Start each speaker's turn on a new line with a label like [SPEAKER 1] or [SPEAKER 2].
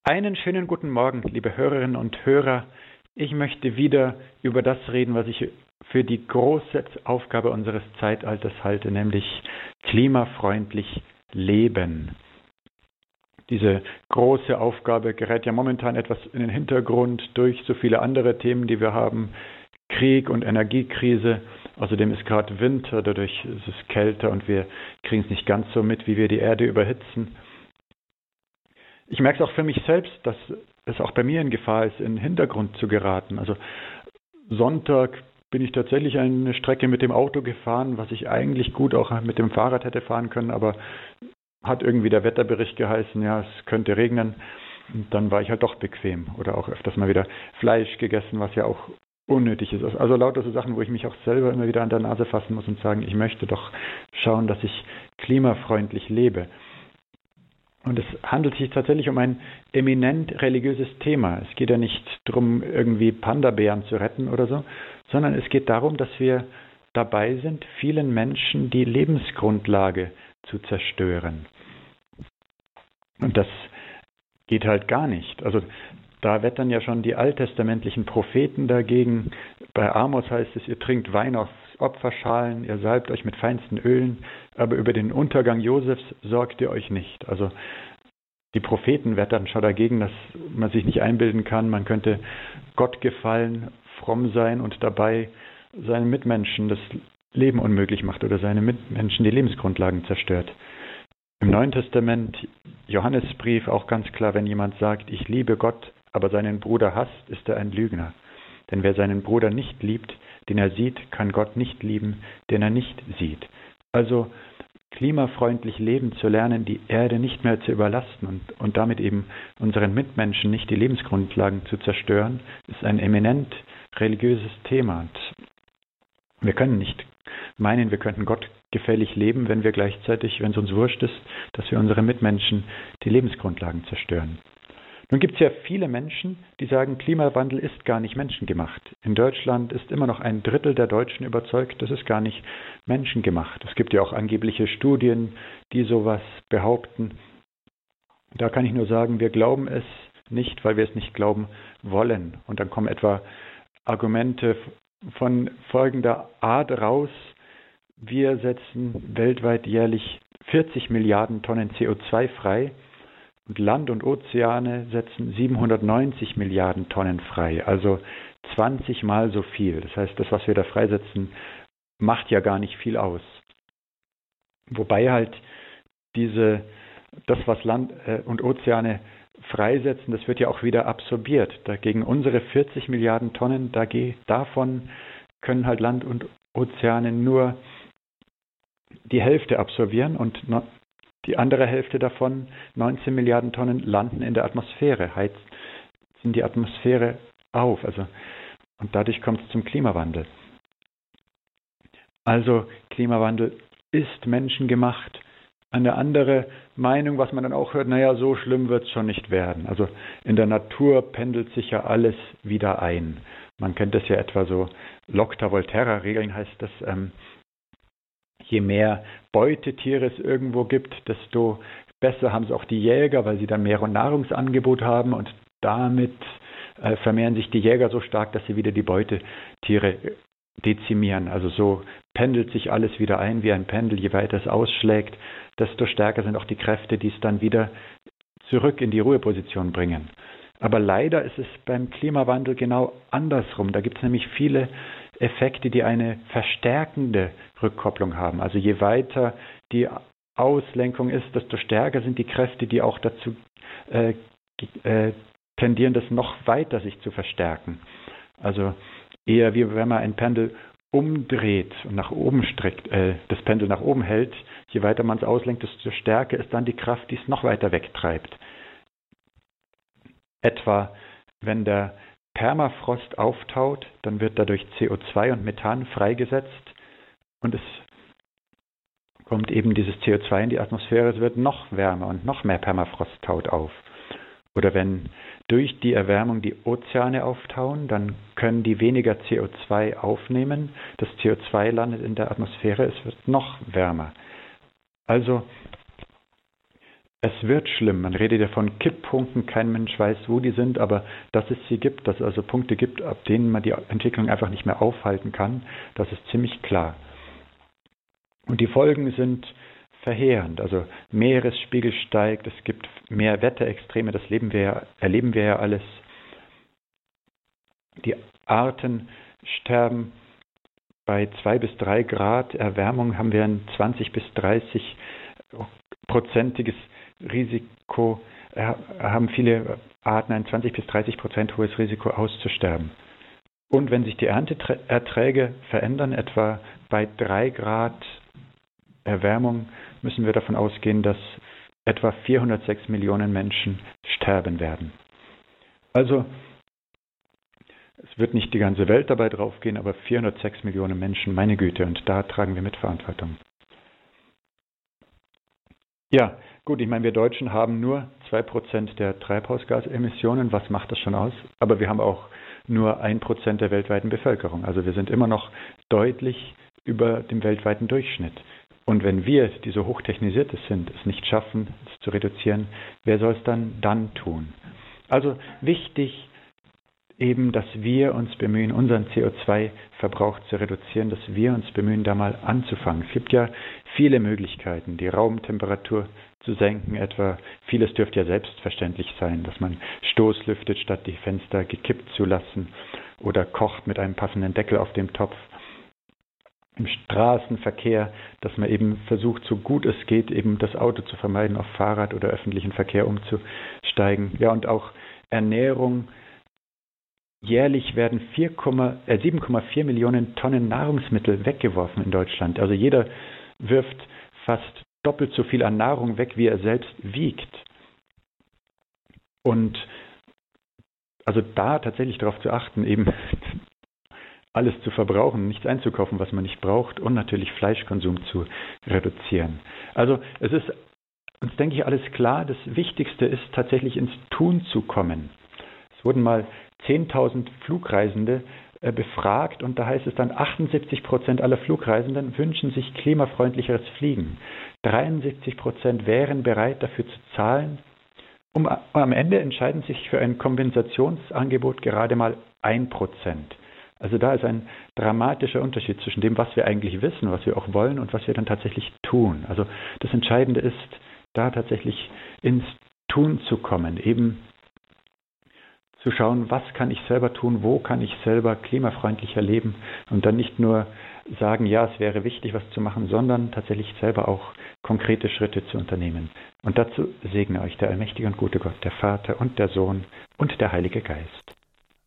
[SPEAKER 1] Einen schönen guten Morgen, liebe Hörerinnen und Hörer. Ich möchte wieder über das reden, was ich für die große Aufgabe unseres Zeitalters halte, nämlich klimafreundlich leben. Diese große Aufgabe gerät ja momentan etwas in den Hintergrund durch so viele andere Themen, die wir haben. Krieg und Energiekrise. Außerdem ist gerade Winter, dadurch ist es kälter und wir kriegen es nicht ganz so mit, wie wir die Erde überhitzen. Ich merke es auch für mich selbst, dass es auch bei mir in Gefahr ist, in den Hintergrund zu geraten. Also Sonntag bin ich tatsächlich eine Strecke mit dem Auto gefahren, was ich eigentlich gut auch mit dem Fahrrad hätte fahren können, aber hat irgendwie der Wetterbericht geheißen, ja, es könnte regnen. Und dann war ich halt doch bequem oder auch öfters mal wieder Fleisch gegessen, was ja auch unnötig ist. Also lauter so Sachen, wo ich mich auch selber immer wieder an der Nase fassen muss und sagen, ich möchte doch schauen, dass ich klimafreundlich lebe. Und es handelt sich tatsächlich um ein eminent religiöses Thema. Es geht ja nicht darum, irgendwie Panda-Bären zu retten oder so, sondern es geht darum, dass wir dabei sind, vielen Menschen die Lebensgrundlage zu zerstören. Und das geht halt gar nicht. Also da wettern ja schon die alttestamentlichen Propheten dagegen. Bei Amos heißt es, ihr trinkt Wein aus Opferschalen, ihr salbt euch mit feinsten Ölen, aber über den Untergang Josefs sorgt ihr euch nicht. Also die Propheten wettern schon dagegen, dass man sich nicht einbilden kann, man könnte Gott gefallen, fromm sein und dabei seinen Mitmenschen das Leben unmöglich macht oder seine Mitmenschen die Lebensgrundlagen zerstört. Im Neuen Testament, Johannesbrief, auch ganz klar, wenn jemand sagt, ich liebe Gott, aber seinen Bruder hasst, ist er ein Lügner. Denn wer seinen Bruder nicht liebt, den er sieht, kann Gott nicht lieben, den er nicht sieht. Also klimafreundlich leben zu lernen, die Erde nicht mehr zu überlasten und damit eben unseren Mitmenschen nicht die Lebensgrundlagen zu zerstören, ist ein eminent religiöses Thema. Und wir können nicht meinen, wir könnten Gott gefällig leben, wenn wir gleichzeitig, wenn es uns wurscht ist, dass wir unsere Mitmenschen die Lebensgrundlagen zerstören. Nun gibt es ja viele Menschen, die sagen, Klimawandel ist gar nicht menschengemacht. In Deutschland ist immer noch 1/3 der Deutschen überzeugt, das ist gar nicht menschengemacht. Es gibt ja auch angebliche Studien, die sowas behaupten. Da kann ich nur sagen, wir glauben es nicht, weil wir es nicht glauben wollen. Und dann kommen etwa Argumente von folgender Art raus. Wir setzen weltweit jährlich 40 Milliarden Tonnen CO2 frei. Und Land und Ozeane setzen 790 Milliarden Tonnen frei, also 20 Mal so viel. Das heißt, das, was wir da freisetzen, macht ja gar nicht viel aus. Wobei halt das, was Land und Ozeane freisetzen, das wird ja auch wieder absorbiert. Dagegen unsere 40 Milliarden Tonnen, davon können halt Land und Ozeane nur die Hälfte absorbieren und die andere Hälfte davon, 19 Milliarden Tonnen, landen in der Atmosphäre, heizen die Atmosphäre auf. Und dadurch kommt es zum Klimawandel. Also Klimawandel ist menschengemacht. Eine andere Meinung, was man dann auch hört, naja, so schlimm wird es schon nicht werden. Also in der Natur pendelt sich ja alles wieder ein. Man kennt das ja etwa so, Locta Volterra-Regeln heißt das, je mehr Beutetiere es irgendwo gibt, desto besser haben es auch die Jäger, weil sie dann mehr Nahrungsangebot haben und damit vermehren sich die Jäger so stark, dass sie wieder die Beutetiere dezimieren. Also so pendelt sich alles wieder ein wie ein Pendel. Je weiter es ausschlägt, desto stärker sind auch die Kräfte, die es dann wieder zurück in die Ruheposition bringen. Aber leider ist es beim Klimawandel genau andersrum. Da gibt es nämlich viele Effekte, die eine verstärkende Rückkopplung haben. Also je weiter die Auslenkung ist, desto stärker sind die Kräfte, die auch dazu tendieren, das noch weiter sich zu verstärken. Also eher wie wenn man ein Pendel umdreht und nach oben streckt, das Pendel nach oben hält, je weiter man es auslenkt, desto stärker ist dann die Kraft, die es noch weiter wegtreibt. Etwa wenn der Permafrost auftaut, dann wird dadurch CO2 und Methan freigesetzt und es kommt eben dieses CO2 in die Atmosphäre, es wird noch wärmer und noch mehr Permafrost taut auf. Oder wenn durch die Erwärmung die Ozeane auftauen, dann können die weniger CO2 aufnehmen. Das CO2 landet in der Atmosphäre, es wird noch wärmer. Also es wird schlimm. Man redet ja von Kipppunkten, kein Mensch weiß, wo die sind, aber dass es sie gibt, dass es also Punkte gibt, ab denen man die Entwicklung einfach nicht mehr aufhalten kann, das ist ziemlich klar. Und die Folgen sind verheerend. Also Meeresspiegel steigt, es gibt mehr Wetterextreme, das erleben wir ja alles. Die Arten sterben. Bei 2 bis 3 Grad Erwärmung haben wir ein 20 bis 30-prozentiges Risiko, haben viele Arten ein 20 bis 30% hohes Risiko auszusterben. Und wenn sich die Ernteerträge verändern, etwa bei 3 Grad Erwärmung, müssen wir davon ausgehen, dass etwa 406 Millionen Menschen sterben werden. Also es wird nicht die ganze Welt dabei draufgehen, aber 406 Millionen Menschen, meine Güte, und da tragen wir mit Verantwortung. Ja, gut, ich meine, wir Deutschen haben nur 2% der Treibhausgasemissionen, was macht das schon aus? Aber wir haben auch nur 1% der weltweiten Bevölkerung. Also wir sind immer noch deutlich über dem weltweiten Durchschnitt. Und wenn wir, die so hochtechnisiert sind, es nicht schaffen, es zu reduzieren, wer soll es dann tun? Also wichtig eben, dass wir uns bemühen, unseren CO2-Verbrauch zu reduzieren, dass wir uns bemühen, da mal anzufangen. Es gibt ja viele Möglichkeiten, die Raumtemperatur zu senken, etwa vieles dürfte ja selbstverständlich sein, dass man stoßlüftet, statt die Fenster gekippt zu lassen oder kocht mit einem passenden Deckel auf dem Topf. Im Straßenverkehr, dass man eben versucht, so gut es geht, eben das Auto zu vermeiden, auf Fahrrad oder öffentlichen Verkehr umzusteigen. Ja, und auch Ernährung. Jährlich werden 7,4 Millionen Tonnen Nahrungsmittel weggeworfen in Deutschland. Also jeder wirft fast doppelt so viel an Nahrung weg, wie er selbst wiegt. Und also da tatsächlich darauf zu achten, eben alles zu verbrauchen, nichts einzukaufen, was man nicht braucht, und natürlich Fleischkonsum zu reduzieren. Also es ist uns, denke ich, alles klar. Das Wichtigste ist tatsächlich ins Tun zu kommen. Es wurden mal 10.000 Flugreisende befragt und da heißt es dann, 78% aller Flugreisenden wünschen sich klimafreundlicheres Fliegen. 73% wären bereit dafür zu zahlen. Am Ende entscheiden sich für ein Kompensationsangebot gerade mal 1%. Also da ist ein dramatischer Unterschied zwischen dem, was wir eigentlich wissen, was wir auch wollen und was wir dann tatsächlich tun. Also das Entscheidende ist, da tatsächlich ins Tun zu kommen, eben zu schauen, was kann ich selber tun, wo kann ich selber klimafreundlicher leben und dann nicht nur sagen, ja, es wäre wichtig, was zu machen, sondern tatsächlich selber auch konkrete Schritte zu unternehmen. Und dazu segne euch der allmächtige und gute Gott, der Vater und der Sohn und der Heilige Geist.